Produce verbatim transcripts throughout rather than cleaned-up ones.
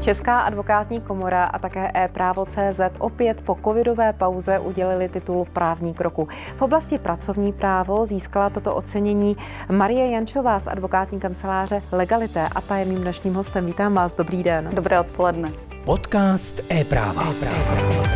Česká advokátní komora a také e-právo tečka cé zet opět po covidové pauze udělili titul Právník roku. V oblasti pracovní právo získala toto ocenění Marie Jančová z advokátní kanceláře Legalité a ta je mým dnešním hostem. Vítám vás, dobrý den. Dobré odpoledne. Podcast e-práva. e-práva.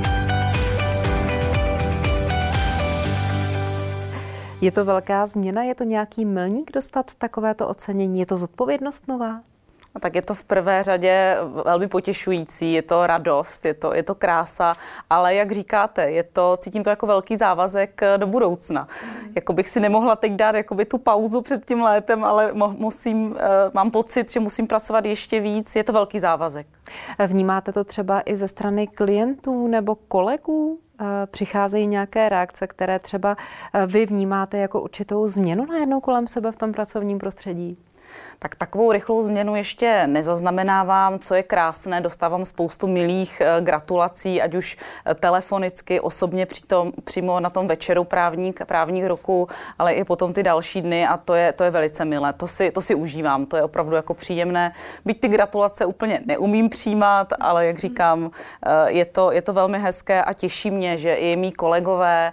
Je to velká změna, je to nějaký milník dostat takovéto ocenění? Je to zodpovědnost nová? No, tak je to v prvé řadě velmi potěšující, je to radost, je to, je to krása, ale jak říkáte, je to, cítím to jako velký závazek do budoucna. Mm. Jako bych si nemohla teď dát jakoby tu pauzu před tím létem, ale mo- musím, mám pocit, že musím pracovat ještě víc, je to velký závazek. Vnímáte to třeba i ze strany klientů nebo kolegů? Přicházejí nějaké reakce, které třeba vy vnímáte jako určitou změnu najednou kolem sebe v tom pracovním prostředí? Tak takovou rychlou změnu ještě nezaznamenávám, co je krásné, dostávám spoustu milých gratulací, ať už telefonicky, osobně přitom, přímo na tom večeru právník, právník roku, ale i potom ty další dny a to je, to je velice milé, to si, to si užívám, to je opravdu jako příjemné. Byť ty gratulace úplně neumím přijímat, ale jak říkám, je to, je to velmi hezké a těší mě, že i mý kolegové,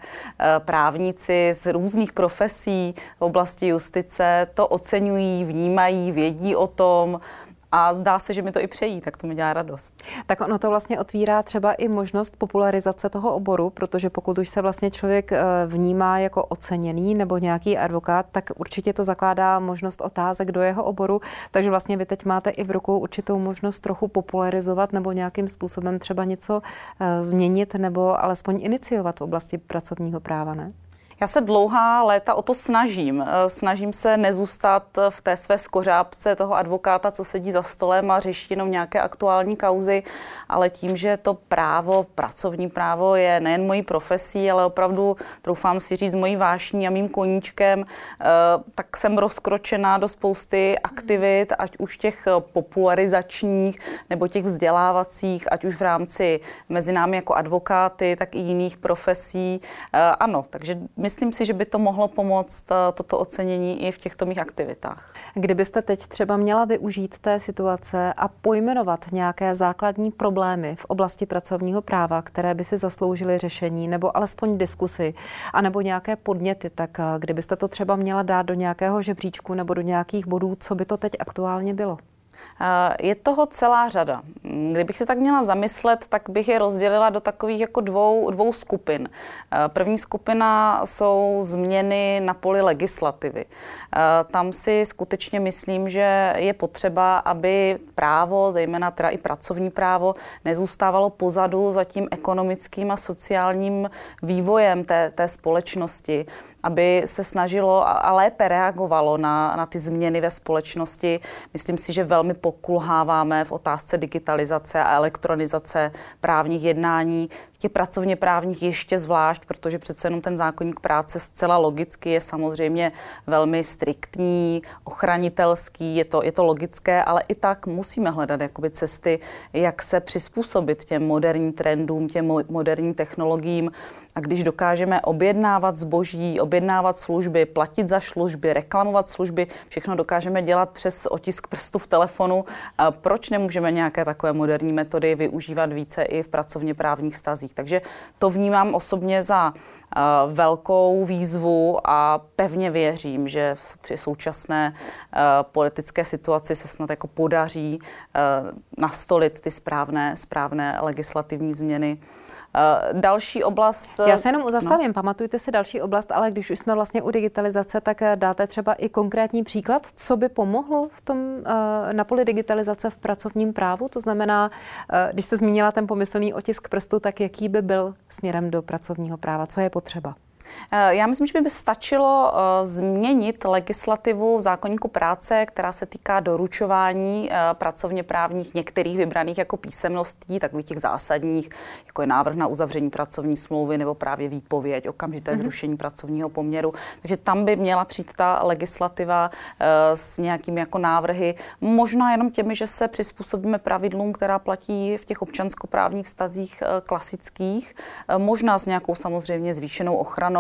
právníci z různých profesí v oblasti justice to oceňují, vnímají, vědí o tom a zdá se, že mi to i přejí, tak to mi dělá radost. Tak ono to vlastně otvírá třeba i možnost popularizace toho oboru, protože pokud už se vlastně člověk vnímá jako oceněný nebo nějaký advokát, tak určitě to zakládá možnost otázek do jeho oboru, takže vlastně vy teď máte i v rukou určitou možnost trochu popularizovat nebo nějakým způsobem třeba něco změnit nebo alespoň iniciovat v oblasti pracovního práva, ne? Já se dlouhá léta o to snažím. Snažím se nezůstat v té své skořápce toho advokáta, co sedí za stolem a řeší jenom nějaké aktuální kauzy, ale tím, že to právo, pracovní právo je nejen mojí profesí, ale opravdu, troufám si říct, mojí vášní a mým koníčkem, tak jsem rozkročená do spousty aktivit, ať už těch popularizačních nebo těch vzdělávacích, ať už v rámci mezi námi jako advokáty, tak i jiných profesí. Ano, takže my Myslím si, že by to mohlo pomoct toto ocenění i v těchto mých aktivitách. Kdybyste teď třeba měla využít té situace a pojmenovat nějaké základní problémy v oblasti pracovního práva, které by si zasloužily řešení nebo alespoň diskusy, anebo nějaké podněty, tak kdybyste to třeba měla dát do nějakého žebříčku nebo do nějakých bodů, co by to teď aktuálně bylo? Je toho celá řada. Kdybych se tak měla zamyslet, tak bych je rozdělila do takových jako dvou, dvou skupin. První skupina jsou změny na poli legislativy. Tam si skutečně myslím, že je potřeba, aby právo, zejména teda i pracovní právo, nezůstávalo pozadu za tím ekonomickým a sociálním vývojem té, té společnosti, aby se snažilo a lépe reagovalo na, na ty změny ve společnosti. Myslím si, že velmi pokulháváme v otázce digitalizace a elektronizace právních jednání, těch pracovně právních ještě zvlášť, protože přece jenom ten zákoník práce zcela logicky je samozřejmě velmi striktní, ochranitelský, je to, je to logické, ale i tak musíme hledat jakoby cesty, jak se přizpůsobit těm moderním trendům, těm moderním technologiím. A když dokážeme objednávat zboží, objednávat služby, platit za služby, reklamovat služby, všechno dokážeme dělat přes otisk prstu v telefonu, proč nemůžeme nějaké takové moderní metody využívat více i v pracovně právních vztazích? Takže to vnímám osobně za uh, velkou výzvu a pevně věřím, že v, při současné uh, politické situaci se snad jako podaří uh, nastolit ty správné, správné legislativní změny. Uh, další oblast... Já se jenom zastavím, no. Pamatujte si další oblast, ale když už jsme vlastně u digitalizace, tak dáte třeba i konkrétní příklad, co by pomohlo v tom uh, na poli digitalizace v pracovním právu? To znamená, uh, když jste zmínila ten pomyslný otisk prstu, tak jaký by byl směrem do pracovního práva? Co je potřeba? Já myslím, že by stačilo změnit legislativu v zákoníku práce, která se týká doručování pracovně právních některých vybraných jako písemností, takových těch zásadních, jako je návrh na uzavření pracovní smlouvy nebo právě výpověď, okamžité mm-hmm. zrušení pracovního poměru. Takže tam by měla přijít ta legislativa s nějakými jako návrhy, možná jenom těmi, že se přizpůsobíme pravidlům, která platí v těch občanskoprávních vztazích klasických, možná s nějakou samozřejmě zvýšenou ochranou,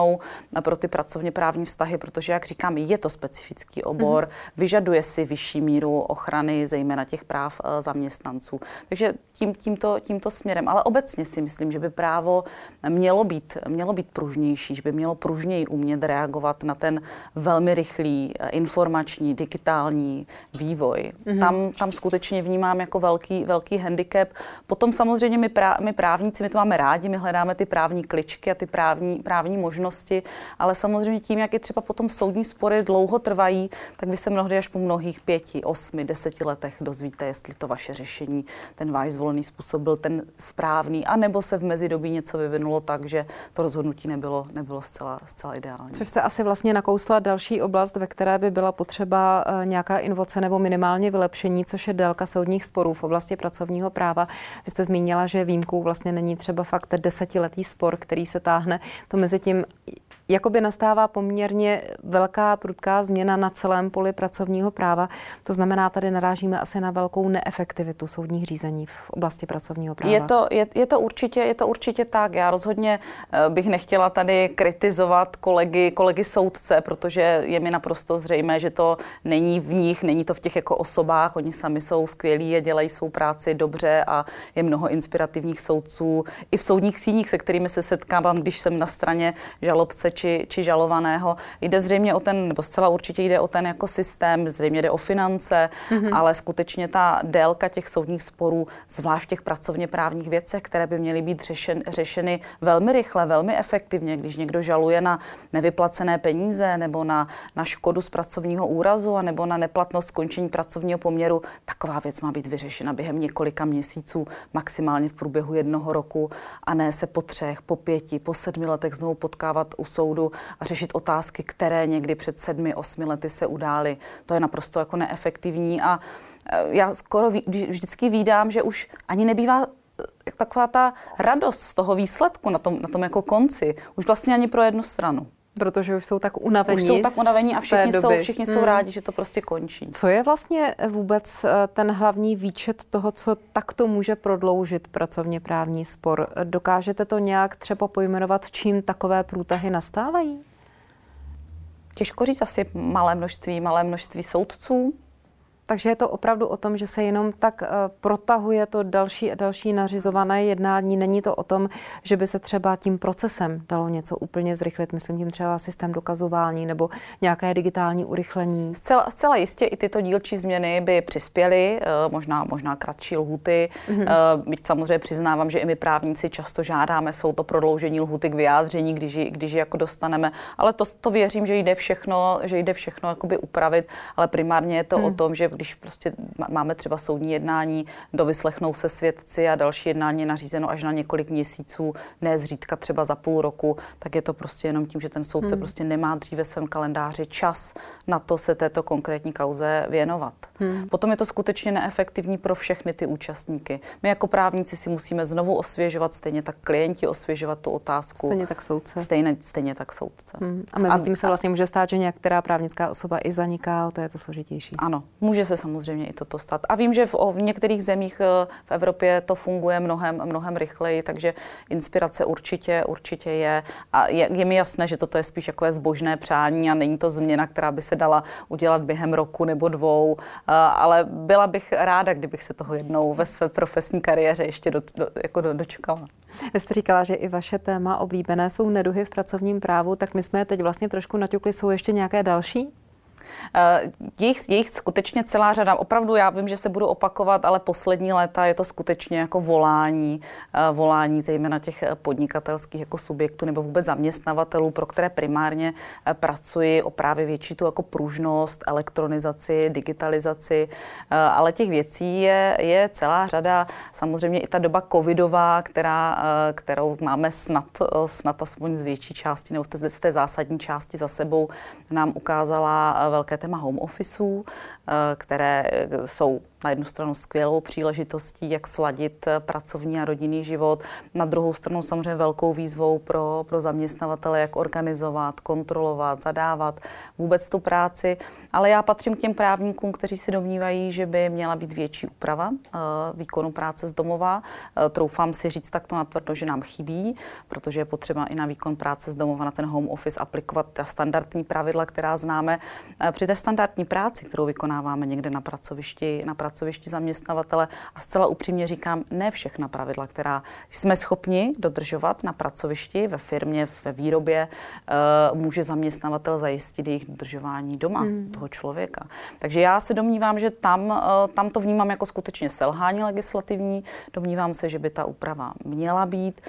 ochranou pro ty pracovně právní vztahy, protože, jak říkám, je to specifický obor, mm. vyžaduje si vyšší míru ochrany, zejména těch práv zaměstnanců. Takže tím, tímto, tímto směrem. Ale obecně si myslím, že by právo mělo být, mělo být pružnější, že by mělo pružněji umět reagovat na ten velmi rychlý informační, digitální vývoj. Mm. Tam, tam skutečně vnímám jako velký, velký handicap. Potom samozřejmě my, prá, my právníci, my to máme rádi, my hledáme ty právní kličky a ty právní, právní možnosti, ale samozřejmě tím, jak i třeba potom soudní spory dlouho trvají, tak vy se mnohdy až po mnohých pěti, osmi, deseti letech dozvíte, jestli to vaše řešení, ten váš zvolený způsob byl ten správný, anebo se v mezidobí něco vyvinulo tak, že to rozhodnutí nebylo, nebylo zcela, zcela ideální. Což jste asi vlastně nakousla další oblast, ve které by byla potřeba nějaká inovace nebo minimálně vylepšení, což je délka soudních sporů v oblasti pracovního práva. Vy jste zmínila, že výjimkou vlastně není třeba fakt desetiletý spor, který se táhne. To mezi tím jakoby nastává poměrně velká prudká změna na celém poli pracovního práva. To znamená, tady narážíme asi na velkou neefektivitu soudních řízení v oblasti pracovního práva. Je to, je, je to, určitě, je to určitě tak. Já rozhodně bych nechtěla tady kritizovat kolegy, kolegy soudce, protože je mi naprosto zřejmé, že to není v nich, není to v těch jako osobách. Oni sami jsou skvělí a dělají svou práci dobře a je mnoho inspirativních soudců i v soudních síních, se kterými se setkávám, když jsem na straně žalobce či, či žalovaného. Jde zřejmě o ten, nebo zcela určitě jde o ten jako systém, zřejmě jde o finance, mm-hmm. ale skutečně ta délka těch soudních sporů, zvlášť v těch pracovně právních věcech, které by měly být řešen, řešeny velmi rychle, velmi efektivně, když někdo žaluje na nevyplacené peníze nebo na, na škodu z pracovního úrazu a nebo na neplatnost skončení pracovního poměru, taková věc má být vyřešena během několika měsíců, maximálně v průběhu jednoho roku a ne se po třech, po pěti, po sedmi letech znovu potkávat u soudu a řešit otázky, které někdy před sedmi, osmi lety se udály. To je naprosto jako neefektivní a já skoro vždycky vídám, že už ani nebývá taková ta radost z toho výsledku na tom, na tom jako konci. Už vlastně ani pro jednu stranu. Protože už jsou tak unavení. Už jsou tak unavení a všichni, jsou, všichni hmm. jsou rádi, že to prostě končí. Co je vlastně vůbec ten hlavní výčet toho, co takto může prodloužit pracovně právní spor? Dokážete to nějak třeba pojmenovat, čím takové průtahy nastávají? Těžko říct, asi malé množství, malé množství soudců. Takže je to opravdu o tom, že se jenom tak uh, protahuje to další a další nařizované jednání. Není to o tom, že by se třeba tím procesem dalo něco úplně zrychlit. Myslím tím třeba systém dokazování nebo nějaké digitální urychlení. Zcela, zcela jistě i tyto dílčí změny by přispěly, uh, možná, možná kratší lhůty. Mm-hmm. Uh, byť samozřejmě přiznávám, že i my právníci často žádáme, jsou to prodloužení lhůty k vyjádření, když ji, když ji jako dostaneme. Ale to, to věřím, že jde všechno, že jde všechno jakoby upravit, ale primárně je to mm. o tom, že když prostě máme třeba soudní jednání, dovyslechnou se svědci a další jednání nařízeno až na několik měsíců, ne zřídka třeba za půl roku, tak je to prostě jenom tím, že ten soudce hmm. prostě nemá dříve ve svém kalendáři čas na to se této konkrétní kauze věnovat. Hmm. Potom je to skutečně neefektivní pro všechny ty účastníky. My jako právníci si musíme znovu osvěžovat, stejně tak klienti osvěžovat tu otázku. Stejně tak soudce. Stejně, stejně tak soudce. Hmm. A mezi tím se vlastně může stát, že některá právnická osoba i zaniká, to je to složitější. Ano, může se samozřejmě i toto stát. A vím, že v, v některých zemích v Evropě to funguje mnohem, mnohem rychleji, takže inspirace určitě, určitě je. A je, je mi jasné, že toto je spíš jako zbožné přání a není to změna, která by se dala udělat během roku nebo dvou, ale byla bych ráda, kdybych se toho jednou ve své profesní kariéře ještě do, do, jako do, dočkala. Vy jste říkala, že i vaše téma oblíbené jsou neduhy v pracovním právu, tak my jsme je teď vlastně trošku naťukli. Jsou ještě nějaké další? Uh, jejich, jejich skutečně celá řada. Opravdu já vím, že se budu opakovat, ale poslední léta je to skutečně jako volání, uh, volání zejména těch podnikatelských jako subjektů nebo vůbec zaměstnavatelů, pro které primárně uh, pracuji o právě větší tu jako pružnost, elektronizaci, digitalizaci, uh, ale těch věcí je, je celá řada. Samozřejmě i ta doba covidová, která, uh, kterou máme snad, uh, snad aspoň z větší části nebo z té zásadní části za sebou, nám ukázala velké téma home officeů, které jsou na jednu stranu skvělou příležitostí, jak sladit pracovní a rodinný život, na druhou stranu samozřejmě velkou výzvou pro, pro zaměstnavatele, jak organizovat, kontrolovat, zadávat vůbec tu práci. Ale já patřím k těm právníkům, kteří si domnívají, že by měla být větší úprava výkonu práce z domova. Troufám si říct takto natvrdo, že nám chybí, protože je potřeba i na výkon práce z domova, na ten home office aplikovat ta standardní pravidla, která známe. Při té standardní práci, kterou vykonáváme někde na pracovišti, na pracovišti zaměstnavatele, a zcela upřímně říkám, ne všechna pravidla, která jsme schopni dodržovat na pracovišti, ve firmě, ve výrobě, může zaměstnavatel zajistit jejich dodržování doma, hmm. toho člověka. Takže já se domnívám, že tam, tam to vnímám jako skutečně selhání legislativní. Domnívám se, že by ta úprava měla být,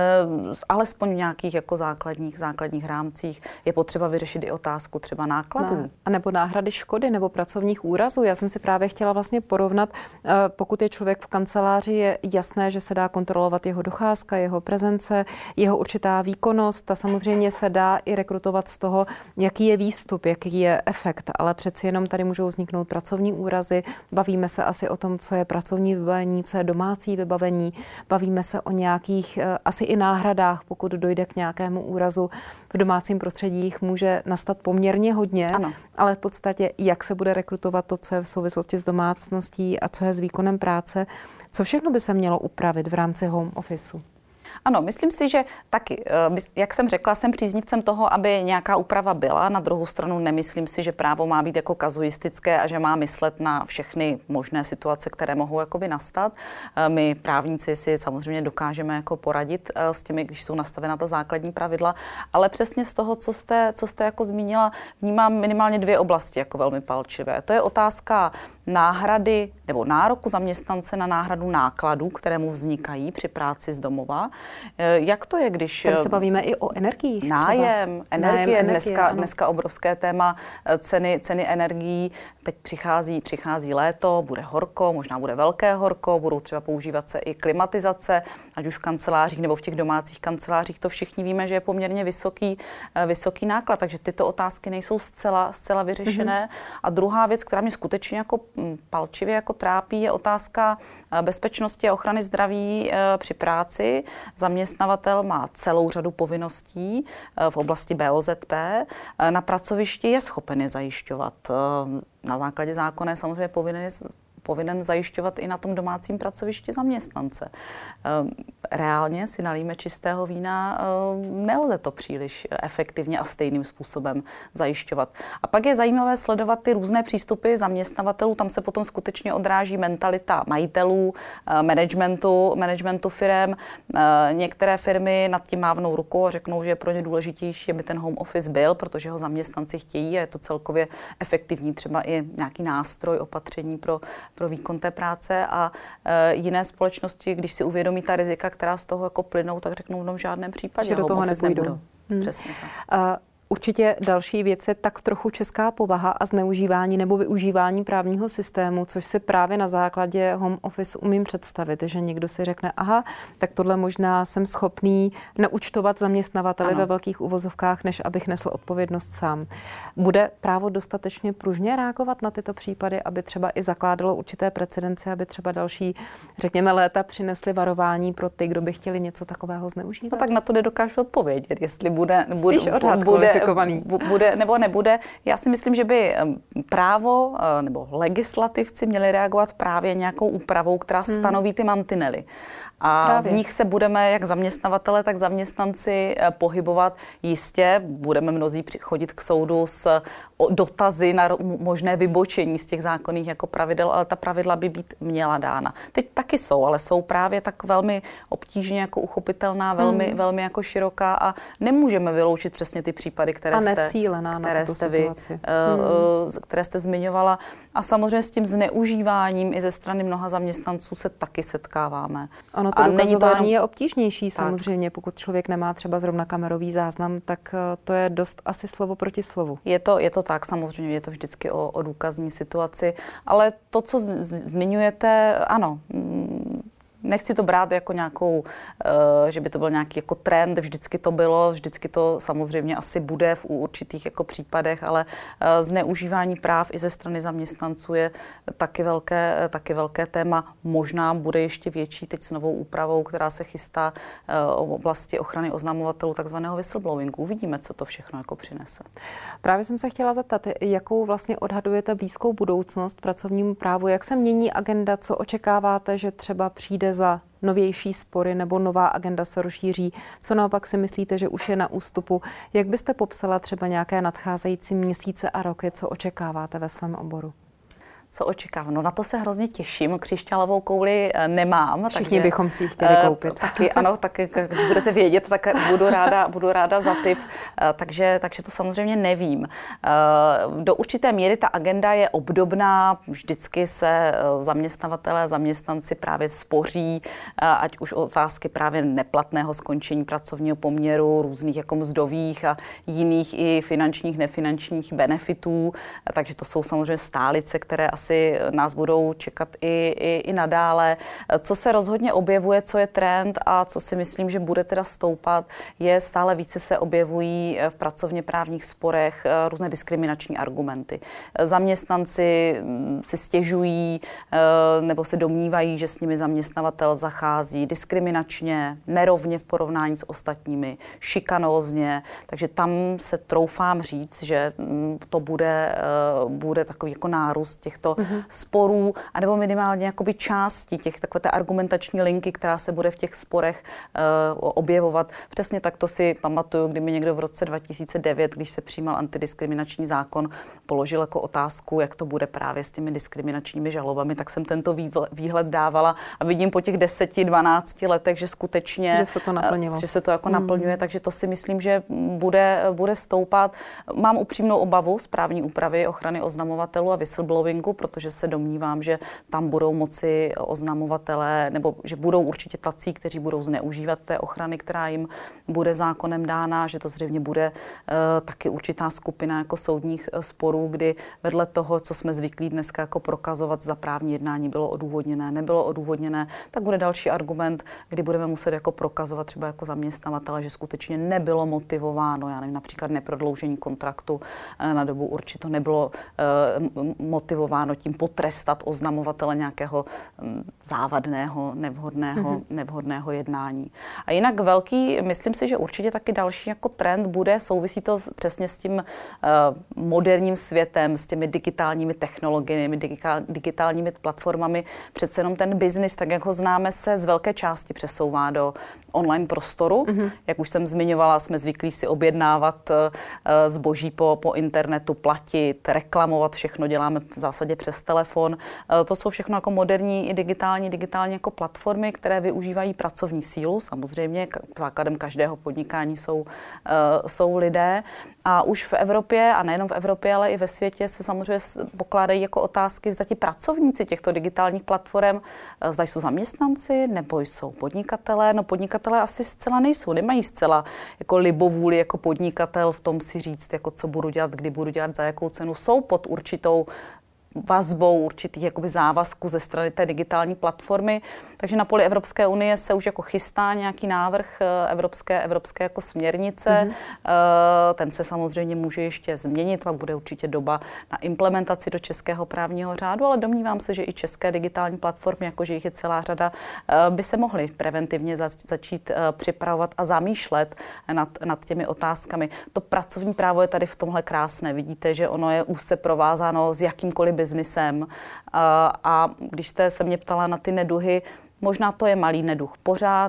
alespoň v nějakých jako základních, základních rámcích. Je potřeba vyřešit i otázku třeba nákladů. Ne. A nebo náhrady škody nebo pracovních úrazů. Já jsem si právě chtěla vlastně porovnat, pokud je člověk v kanceláři, je jasné, že se dá kontrolovat jeho docházka, jeho prezence, jeho určitá výkonnost. A samozřejmě se dá i rekrutovat z toho, jaký je výstup, jaký je efekt. Ale přeci jenom tady můžou vzniknout pracovní úrazy. Bavíme se asi o tom, co je pracovní vybavení, co je domácí vybavení. Bavíme se o nějakých asi i náhradách, pokud dojde k nějakému úrazu. V domácím prostředí jich může nastat poměrně hodně, ano. Ale v podstatě, jak se bude rekrutovat to, co je v souvislosti s domácností a co je s výkonem práce, co všechno by se mělo upravit v rámci home officeu? Ano, myslím si, že taky, jak jsem řekla, jsem příznivcem toho, aby nějaká úprava byla. Na druhou stranu nemyslím si, že právo má být jako kazuistické a že má myslet na všechny možné situace, které mohou jakoby nastat. My právníci si samozřejmě dokážeme jako poradit s těmi, když jsou nastavena ta základní pravidla, ale přesně z toho, co jste, co jste jako zmínila, vnímám minimálně dvě oblasti jako velmi palčivé. To je otázka náhrady nebo nároku zaměstnance na náhradu nákladů, které mu vznikají při práci z domova. Jak to je, když... Tady se bavíme i o energiích. Nájem, energie, Nájem, dneska, energie, dneska obrovské téma, ceny, ceny energií. Teď přichází, přichází léto, bude horko, možná bude velké horko, budou třeba používat se i klimatizace, ať už v kancelářích nebo v těch domácích kancelářích. To všichni víme, že je poměrně vysoký, vysoký náklad, takže tyto otázky nejsou zcela, zcela vyřešené. Mm-hmm. A druhá věc, která mě skutečně jako palčivě jako trápí, je otázka bezpečnosti a ochrany zdraví při práci. Zaměstnavatel má celou řadu povinností v oblasti B O Z P. Na pracovišti je schopen je zajišťovat. Na základě zákona je samozřejmě povinen, povinen zajišťovat i na tom domácím pracovišti zaměstnance. Reálně si nalíme čistého vína, nelze to příliš efektivně a stejným způsobem zajišťovat. A pak je zajímavé sledovat ty různé přístupy zaměstnavatelů, tam se potom skutečně odráží mentalita majitelů, managementu, managementu firem. Některé firmy nad tím mávnou rukou a řeknou, že je pro ně důležitější, aby ten home office byl, protože ho zaměstnanci chtějí a je to celkově efektivní, třeba i nějaký nástroj, opatření pro, pro výkon té práce. A jiné společnosti, když si uvědomí ta rizika, která z toho jako plynou, tak řeknou, no v žádném případě že do toho nepůjdou. Hmm. Přesně tak. Uh, Určitě další věc je tak trochu česká povaha a zneužívání nebo využívání právního systému, což si právě na základě home office umím představit, že někdo si řekne, aha, tak tohle možná jsem schopný neúčtovat zaměstnavateli ano. ve velkých uvozovkách, než abych nesl odpovědnost sám. Bude právo dostatečně pružně reagovat na tyto případy, aby třeba i zakládalo určité precedence, aby třeba další, řekněme, léta přinesly varování pro ty, kdo by chtěli něco takového zneužívat? No tak na to nedokážu odpovědět, jestli bude, bude, odhad, bude bude nebo nebude. Já si myslím, že by právo nebo legislativci měli reagovat právě nějakou úpravou, která hmm. stanoví ty mantinely. A právě. V nich se budeme, jak zaměstnavatele, tak zaměstnanci pohybovat. Jistě budeme mnozí chodit k soudu s dotazy na možné vybočení z těch zákonných jako pravidel, ale ta pravidla by být měla dána. Teď taky jsou, ale jsou právě tak velmi obtížně jako uchopitelná, velmi, hmm. velmi jako široká a nemůžeme vyloučit přesně ty případy, které jste, které jste, vy, hmm. které jste zmiňovala. A samozřejmě s tím zneužíváním i ze strany mnoha zaměstnanců se taky setkáváme. Ono to dokazování jenom... je obtížnější samozřejmě, tak. Pokud člověk nemá třeba zrovna kamerový záznam, tak to je dost asi slovo proti slovu. Je to, je to tak, samozřejmě je to vždycky o, o důkazní situaci, ale to, co z, zmiňujete, ano, Nechci to brát jako nějakou, že by to byl nějaký jako trend, vždycky to bylo, vždycky to samozřejmě asi bude v určitých jako případech, ale zneužívání práv i ze strany zaměstnanců je taky velké, taky velké téma. Možná bude ještě větší teď s novou úpravou, která se chystá v oblasti ochrany oznamovatelů, takzvaného whistleblowingu. Uvidíme, co to všechno jako přinese. Právě jsem se chtěla zeptat, jakou vlastně odhadujete blízkou budoucnost pracovnímu právu, jak se mění agenda, co očekáváte, že třeba přijde za novější spory nebo nová agenda se rozšíří, co naopak si myslíte, že už je na ústupu. Jak byste popsala třeba nějaké nadcházející měsíce a roky, co očekáváte ve svém oboru? Co očekávám? No na to se hrozně těším. Křišťálovou kouli nemám. Všichni takže, bychom si ji chtěli koupit. Uh, taky, ano, taky, když budete vědět, tak budu ráda, budu ráda za tip. Uh, takže, takže to samozřejmě nevím. Uh, do určité míry ta agenda je obdobná. Vždycky se zaměstnavatelé, zaměstnanci právě spoří, uh, ať už otázky právě neplatného skončení pracovního poměru, různých jako mzdových a jiných i finančních, nefinančních benefitů. Uh, takže to jsou samozřejmě stálice, které asi nás budou čekat i, i, i nadále. Co se rozhodně objevuje, co je trend a co si myslím, že bude teda stoupat, je stále více se objevují v pracovně právních sporech různé diskriminační argumenty. Zaměstnanci si stěžují nebo se domnívají, že s nimi zaměstnavatel zachází diskriminačně, nerovně v porovnání s ostatními, šikanózně, takže tam se troufám říct, že to bude, bude takový jako nárůst těchto mm-hmm. sporů, anebo minimálně jakoby části těch takové té argumentační linky, která se bude v těch sporech uh, objevovat. Přesně tak to si pamatuju, kdy mi někdo v roce dva tisíce devět, když se přijímal antidiskriminační zákon, položil jako otázku, jak to bude právě s těmi diskriminačními žalobami, tak jsem tento výhled dávala a vidím po těch deseti, dvanácti letech, že skutečně že se to naplnilo. Že se to jako mm. naplňuje, takže to si myslím, že bude, bude stoupat. Mám upřímnou obavu z právní úpravy ochrany oznamovatelů a whistleblowingu, protože se domnívám, že tam budou moci oznamovatelé, nebo že budou určitě tací, kteří budou zneužívat té ochrany, která jim bude zákonem dána, že to zřejmě bude uh, taky určitá skupina jako soudních sporů, kdy vedle toho, co jsme zvyklí dneska jako prokazovat, zda právní jednání bylo odůvodněné, nebylo odůvodněné, tak bude další argument, kdy budeme muset jako prokazovat třeba jako zaměstnavatele, že skutečně nebylo motivováno, já nevím, například neprodloužení kontraktu uh, na dobu určitou nebylo uh, motivováno tím potrestat oznamovatele nějakého um, závadného, nevhodného, mm-hmm. nevhodného jednání. A jinak velký, myslím si, že určitě taky další jako trend bude, souvisí to s, přesně s tím uh, moderním světem, s těmi digitálními technologiemi, digitál, digitálními platformami. Přece jenom ten biznis, tak jak ho známe, se z velké části přesouvá do online prostoru. Mm-hmm. Jak už jsem zmiňovala, jsme zvyklí si objednávat uh, zboží po, po internetu, platit, reklamovat, všechno děláme v zásadě přes telefon. Uh, to jsou všechno jako moderní i digitální, digitální jako platformy, které využívají pracovní sílu. Samozřejmě základem každého podnikání jsou, uh, jsou lidé. A už v Evropě, a nejenom v Evropě, ale i ve světě se samozřejmě pokládají jako otázky, zda ti pracovníci těchto digitálních platform, zda jsou zaměstnanci nebo jsou podnikatelé. No podnikatelé asi zcela nejsou, nemají zcela jako libovůli jako podnikatel v tom si říct, jako co budu dělat, kdy budu dělat, za jakou cenu. Jsou pod určitou vazbou určitých jakoby závazků ze strany té digitální platformy. Takže na poli Evropské unie se už jako chystá nějaký návrh evropské, evropské jako směrnice. Mm-hmm. Ten se samozřejmě může ještě změnit, pak bude určitě doba na implementaci do českého právního řádu, ale domnívám se, že i české digitální platformy, jakože jich je celá řada, by se mohly preventivně začít připravovat a zamýšlet nad, nad těmi otázkami. To pracovní právo je tady v tomhle krásné. Vidíte, že ono je úzce provázáno s jakýmkoliv biznisem. A když jste se mě ptala na ty neduhy, možná to je malý neduh. Pořád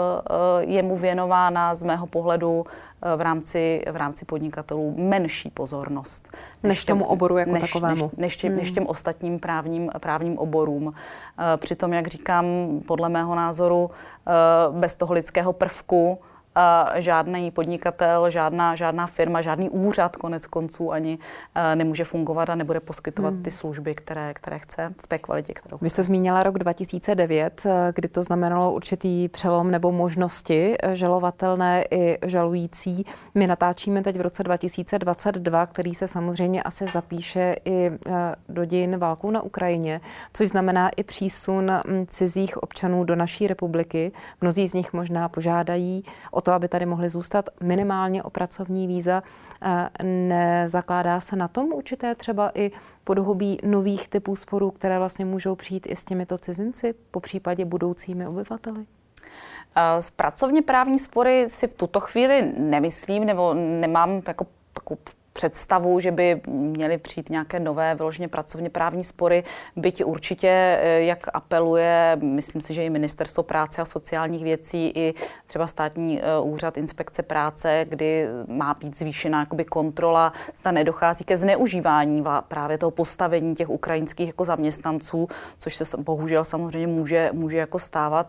je mu věnována z mého pohledu v rámci, v rámci podnikatelů menší pozornost. Než, než tomu oboru jako než, takovému. Než, než, těm, hmm. než těm ostatním právním, právním oborům. Přitom, jak říkám, podle mého názoru, bez toho lidského prvku žádný podnikatel, žádná, žádná firma, žádný úřad konec konců ani nemůže fungovat a nebude poskytovat hmm. ty služby, které, které chce v té kvalitě, kterou chce. Vy jste zmínila rok dva tisíce devět, kdy to znamenalo určitý přelom nebo možnosti žalovatelné i žalující. My natáčíme teď v roce dva tisíce dvacet dva, který se samozřejmě asi zapíše i do dějin válkou na Ukrajině, což znamená i přísun cizích občanů do naší republiky. Mnozí z nich možná požádají o to, aby tady mohli zůstat minimálně o pracovní víza. Nezakládá se na tom určité třeba i podhoubí nových typů sporů, které vlastně můžou přijít i s těmito cizinci, po případě budoucími obyvateli? Z pracovně právní spory si v tuto chvíli nemyslím, nebo nemám jako takovou představu, že by měly přijít nějaké nové vyloženě pracovně právní spory, byť určitě, jak apeluje, myslím si, že i Ministerstvo práce a sociálních věcí, i třeba Státní úřad inspekce práce, kdy má být zvýšená jakoby kontrola, zda nedochází ke zneužívání právě toho postavení těch ukrajinských jako zaměstnanců, což se bohužel samozřejmě může, může jako stávat.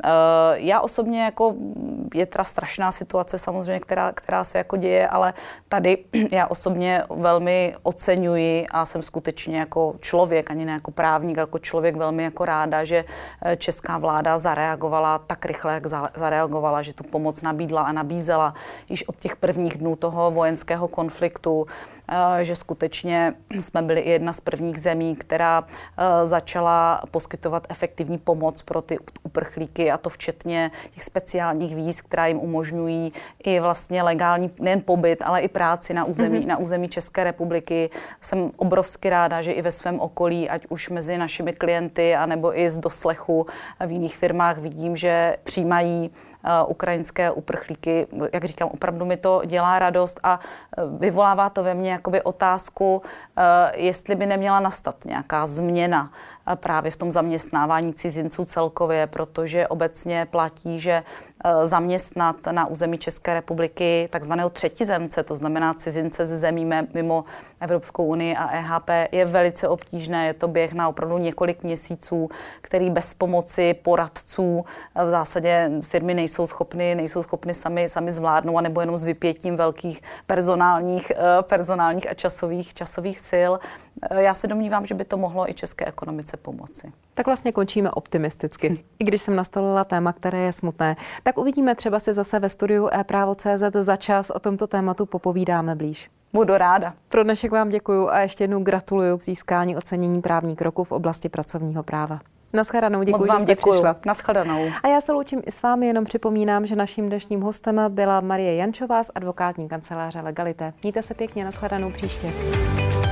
Já osobně jako je teda strašná situace samozřejmě, která, která se jako děje, ale tady já osobně velmi oceňuji a jsem skutečně jako člověk, ani ne jako právník, jako člověk velmi jako ráda, že česká vláda zareagovala tak rychle, jak zareagovala, že tu pomoc nabídla a nabízela již od těch prvních dnů toho vojenského konfliktu, že skutečně jsme byli i jedna z prvních zemí, která začala poskytovat efektivní pomoc pro ty uprchlíky, a to včetně těch speciálních víz, která jim umožňují i vlastně legální nejen pobyt, ale i práci na území, mm-hmm. na území České republiky. Jsem obrovsky ráda, že i ve svém okolí, ať už mezi našimi klienty, anebo i z doslechu v jiných firmách vidím, že přijímají ukrajinské uprchlíky. Jak říkám, opravdu mi to dělá radost a vyvolává to ve mně jakoby otázku, jestli by neměla nastat nějaká změna právě v tom zaměstnávání cizinců celkově, protože obecně platí, že zaměstnat na území České republiky takzvaného třetizemce, to znamená cizince ze zemí mimo Evropskou unii a E H P, je velice obtížné. Je to běh na opravdu několik měsíců, který bez pomoci poradců v zásadě firmy nejsou schopny, nejsou schopny sami, sami zvládnout, anebo jenom s vypětím velkých personálních, personálních a časových, časových sil. Já se domnívám, že by to mohlo i české ekonomice pomoci. Tak vlastně končíme optimisticky. I když jsem nastolila téma, které je smutné, tak uvidíme, třeba si zase ve studiu ePrávo tečka cé zet za čas o tomto tématu popovídáme blíž. Budu ráda. Pro dnešek vám děkuju a ještě jednou gratuluju k získání ocenění právník roku v oblasti pracovního práva. Naschledanou, děkuji, Moc vám že jste děkuju. přišla. Naschledanou. A já se loučím i s vámi, jenom připomínám, že naším dnešním hostem byla Marie Jančová z advokátní kanceláře Legalité. Mějte se pěkně, naschledanou příště.